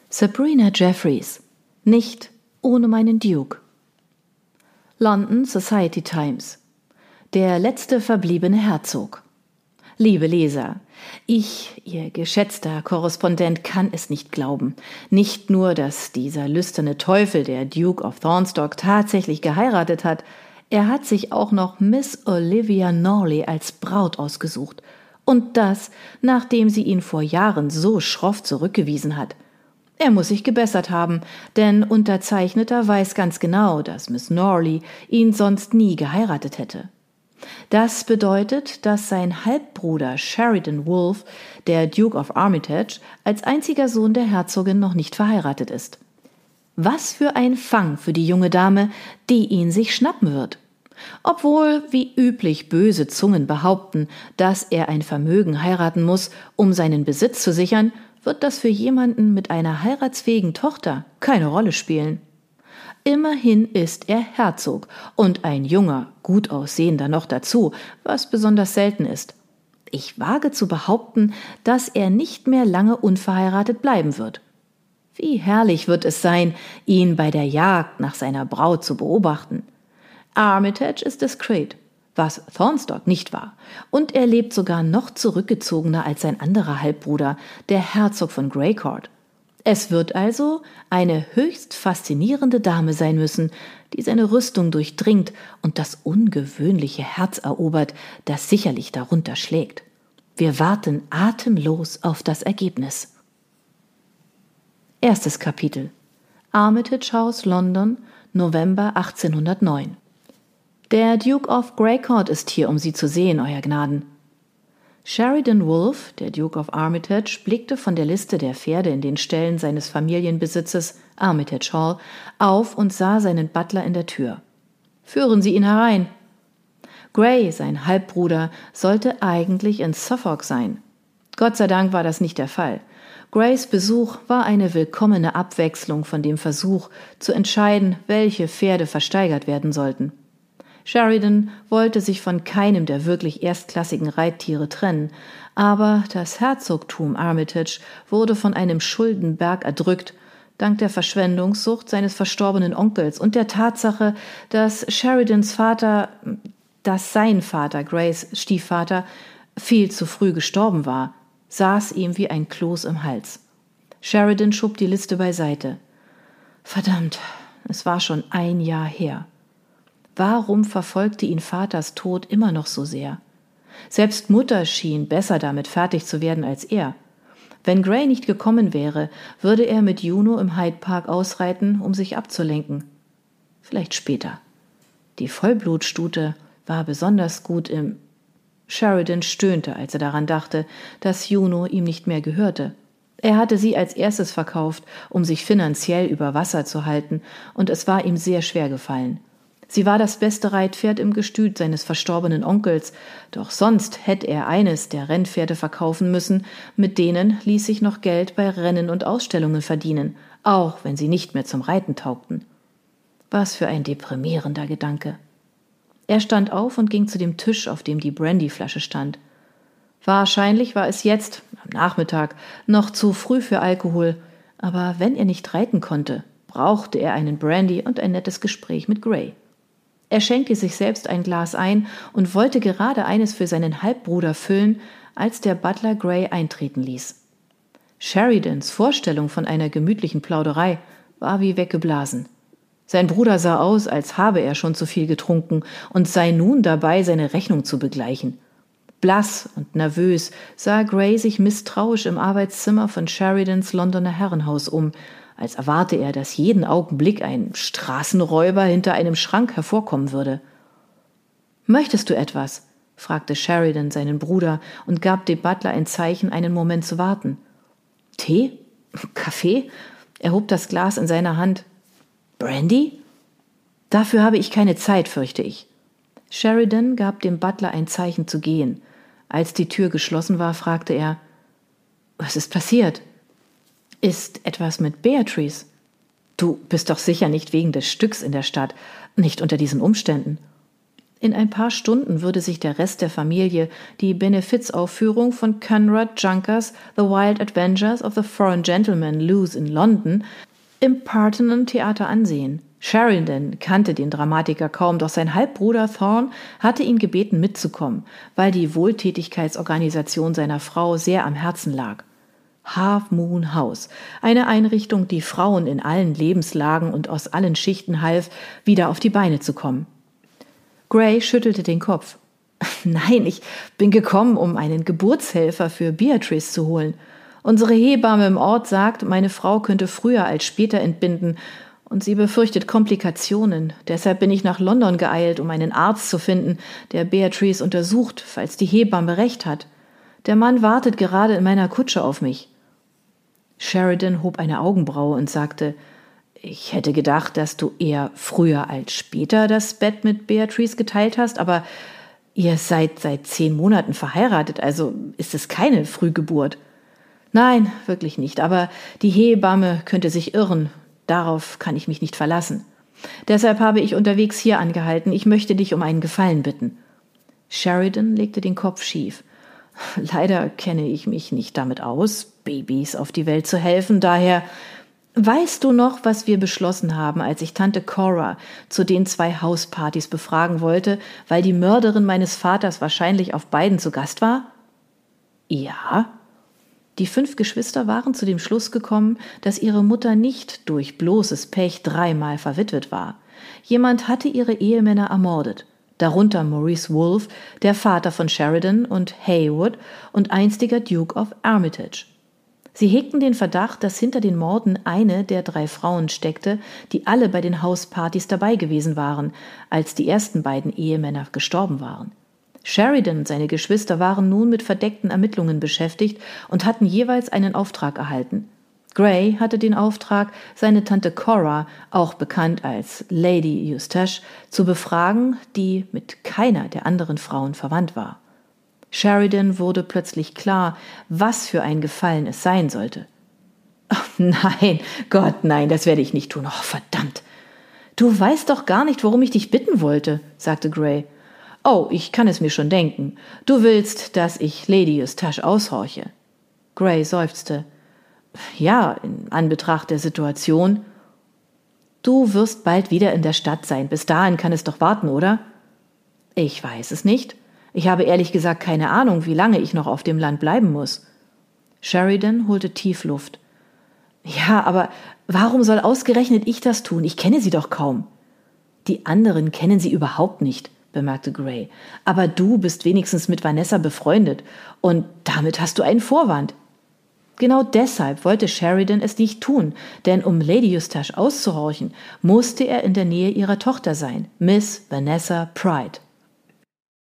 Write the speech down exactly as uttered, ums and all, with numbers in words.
Sabrina Jeffreys. Nicht ohne meinen Duke. London Society Times. Der letzte verbliebene Herzog. Liebe Leser, ich, Ihr geschätzter Korrespondent, kann es nicht glauben. Nicht nur, dass dieser lüsterne Teufel, der Duke of Thornstock, tatsächlich geheiratet hat, er hat sich auch noch Miss Olivia Norley als Braut ausgesucht. Und das, nachdem sie ihn vor Jahren so schroff zurückgewiesen hat. Er muss sich gebessert haben, denn Unterzeichneter weiß ganz genau, dass Miss Norley ihn sonst nie geheiratet hätte. Das bedeutet, dass sein Halbbruder Sheridan Wolfe, der Duke of Armitage, als einziger Sohn der Herzogin noch nicht verheiratet ist. Was für ein Fang für die junge Dame, die ihn sich schnappen wird. Obwohl, wie üblich, böse Zungen behaupten, dass er ein Vermögen heiraten muss, um seinen Besitz zu sichern, wird das für jemanden mit einer heiratsfähigen Tochter keine Rolle spielen. Immerhin ist er Herzog und ein junger, gut aussehender noch dazu, was besonders selten ist. Ich wage zu behaupten, dass er nicht mehr lange unverheiratet bleiben wird. Wie herrlich wird es sein, ihn bei der Jagd nach seiner Braut zu beobachten. Armitage ist diskret, was Thornstock nicht war, und er lebt sogar noch zurückgezogener als sein anderer Halbbruder, der Herzog von Greycourt. Es wird also eine höchst faszinierende Dame sein müssen, die seine Rüstung durchdringt und das ungewöhnliche Herz erobert, das sicherlich darunter schlägt. Wir warten atemlos auf das Ergebnis. Erstes Kapitel. Armitage House, London, November achtzehnhundertneun. Der Duke of Greycourt ist hier, um Sie zu sehen, Euer Gnaden. Sheridan Wolfe, der Duke of Armitage, blickte von der Liste der Pferde in den Ställen seines Familienbesitzes, Armitage Hall, auf und sah seinen Butler in der Tür. »Führen Sie ihn herein.« Grey, sein Halbbruder, sollte eigentlich in Suffolk sein. Gott sei Dank war das nicht der Fall. Greys Besuch war eine willkommene Abwechslung von dem Versuch, zu entscheiden, welche Pferde versteigert werden sollten. Sheridan wollte sich von keinem der wirklich erstklassigen Reittiere trennen, aber das Herzogtum Armitage wurde von einem Schuldenberg erdrückt, dank der Verschwendungssucht seines verstorbenen Onkels und der Tatsache, dass Sheridans Vater, dass sein Vater, Greys Stiefvater, viel zu früh gestorben war, saß ihm wie ein Kloß im Hals. Sheridan schob die Liste beiseite. Verdammt, es war schon ein Jahr her. Warum verfolgte ihn Vaters Tod immer noch so sehr? Selbst Mutter schien besser damit fertig zu werden als er. Wenn Grey nicht gekommen wäre, würde er mit Juno im Hyde Park ausreiten, um sich abzulenken. Vielleicht später. Die Vollblutstute war besonders gut im... Sheridan stöhnte, als er daran dachte, dass Juno ihm nicht mehr gehörte. Er hatte sie als erstes verkauft, um sich finanziell über Wasser zu halten, und es war ihm sehr schwer gefallen. Sie war das beste Reitpferd im Gestüt seines verstorbenen Onkels, doch sonst hätte er eines der Rennpferde verkaufen müssen, mit denen ließ sich noch Geld bei Rennen und Ausstellungen verdienen, auch wenn sie nicht mehr zum Reiten taugten. Was für ein deprimierender Gedanke. Er stand auf und ging zu dem Tisch, auf dem die Brandyflasche stand. Wahrscheinlich war es jetzt, am Nachmittag, noch zu früh für Alkohol, aber wenn er nicht reiten konnte, brauchte er einen Brandy und ein nettes Gespräch mit Grey. Er schenkte sich selbst ein Glas ein und wollte gerade eines für seinen Halbbruder füllen, als der Butler Grey eintreten ließ. Sheridans Vorstellung von einer gemütlichen Plauderei war wie weggeblasen. Sein Bruder sah aus, als habe er schon zu viel getrunken und sei nun dabei, seine Rechnung zu begleichen. Blass und nervös sah Grey sich misstrauisch im Arbeitszimmer von Sheridans Londoner Herrenhaus um, als erwarte er, dass jeden Augenblick ein Straßenräuber hinter einem Schrank hervorkommen würde. »Möchtest du etwas?« fragte Sheridan seinen Bruder und gab dem Butler ein Zeichen, einen Moment zu warten. »Tee? Kaffee?« Er hob das Glas in seiner Hand. »Brandy?« »Dafür habe ich keine Zeit, fürchte ich.« Sheridan gab dem Butler ein Zeichen zu gehen. Als die Tür geschlossen war, fragte er, »Was ist passiert?« »Ist etwas mit Beatrice?« »Du bist doch sicher nicht wegen des Stücks in der Stadt, nicht unter diesen Umständen.« In ein paar Stunden würde sich der Rest der Familie die Benefizaufführung von Conrad Junkers The Wild Adventures of the Foreign Gentleman Loose in London im Parthenon Theater ansehen. Sheridan kannte den Dramatiker kaum, doch sein Halbbruder Thorne hatte ihn gebeten mitzukommen, weil die Wohltätigkeitsorganisation seiner Frau sehr am Herzen lag. Half Moon House, eine Einrichtung, die Frauen in allen Lebenslagen und aus allen Schichten half, wieder auf die Beine zu kommen. Gray schüttelte den Kopf. Nein, ich bin gekommen, um einen Geburtshelfer für Beatrice zu holen. Unsere Hebamme im Ort sagt, meine Frau könnte früher als später entbinden und sie befürchtet Komplikationen. Deshalb bin ich nach London geeilt, um einen Arzt zu finden, der Beatrice untersucht, falls die Hebamme recht hat. Der Mann wartet gerade in meiner Kutsche auf mich. Sheridan hob eine Augenbraue und sagte, ich hätte gedacht, dass du eher früher als später das Bett mit Beatrice geteilt hast, aber ihr seid seit zehn Monaten verheiratet, also ist es keine Frühgeburt. Nein, wirklich nicht, aber die Hebamme könnte sich irren, darauf kann ich mich nicht verlassen. Deshalb habe ich unterwegs hier angehalten, ich möchte dich um einen Gefallen bitten. Sheridan legte den Kopf schief. Leider kenne ich mich nicht damit aus, Babys auf die Welt zu helfen, daher... Weißt du noch, was wir beschlossen haben, als ich Tante Cora zu den zwei Hauspartys befragen wollte, weil die Mörderin meines Vaters wahrscheinlich auf beiden zu Gast war? Ja. Die fünf Geschwister waren zu dem Schluss gekommen, dass ihre Mutter nicht durch bloßes Pech dreimal verwitwet war. Jemand hatte ihre Ehemänner ermordet, darunter Maurice Wolfe, der Vater von Sheridan und Heywood und einstiger Duke of Armitage. Sie hegten den Verdacht, dass hinter den Morden eine der drei Frauen steckte, die alle bei den Hauspartys dabei gewesen waren, als die ersten beiden Ehemänner gestorben waren. Sheridan und seine Geschwister waren nun mit verdeckten Ermittlungen beschäftigt und hatten jeweils einen Auftrag erhalten. Gray hatte den Auftrag, seine Tante Cora, auch bekannt als Lady Eustache, zu befragen, die mit keiner der anderen Frauen verwandt war. Sheridan wurde plötzlich klar, was für ein Gefallen es sein sollte. Oh, nein, Gott, nein, das werde ich nicht tun. Oh, verdammt. Du weißt doch gar nicht, worum ich dich bitten wollte, sagte Gray. Oh, ich kann es mir schon denken. Du willst, dass ich Lady Eustache aushorche. Gray seufzte. Ja, in Anbetracht der Situation. Du wirst bald wieder in der Stadt sein. Bis dahin kann es doch warten, oder? Ich weiß es nicht. Ich habe ehrlich gesagt keine Ahnung, wie lange ich noch auf dem Land bleiben muss. Sheridan holte tief Luft. Ja, aber warum soll ausgerechnet ich das tun? Ich kenne sie doch kaum. Die anderen kennen sie überhaupt nicht, bemerkte Gray. Aber du bist wenigstens mit Vanessa befreundet und damit hast du einen Vorwand. Genau deshalb wollte Sheridan es nicht tun, denn um Lady Eustache auszuhorchen, musste er in der Nähe ihrer Tochter sein, Miss Vanessa Pride.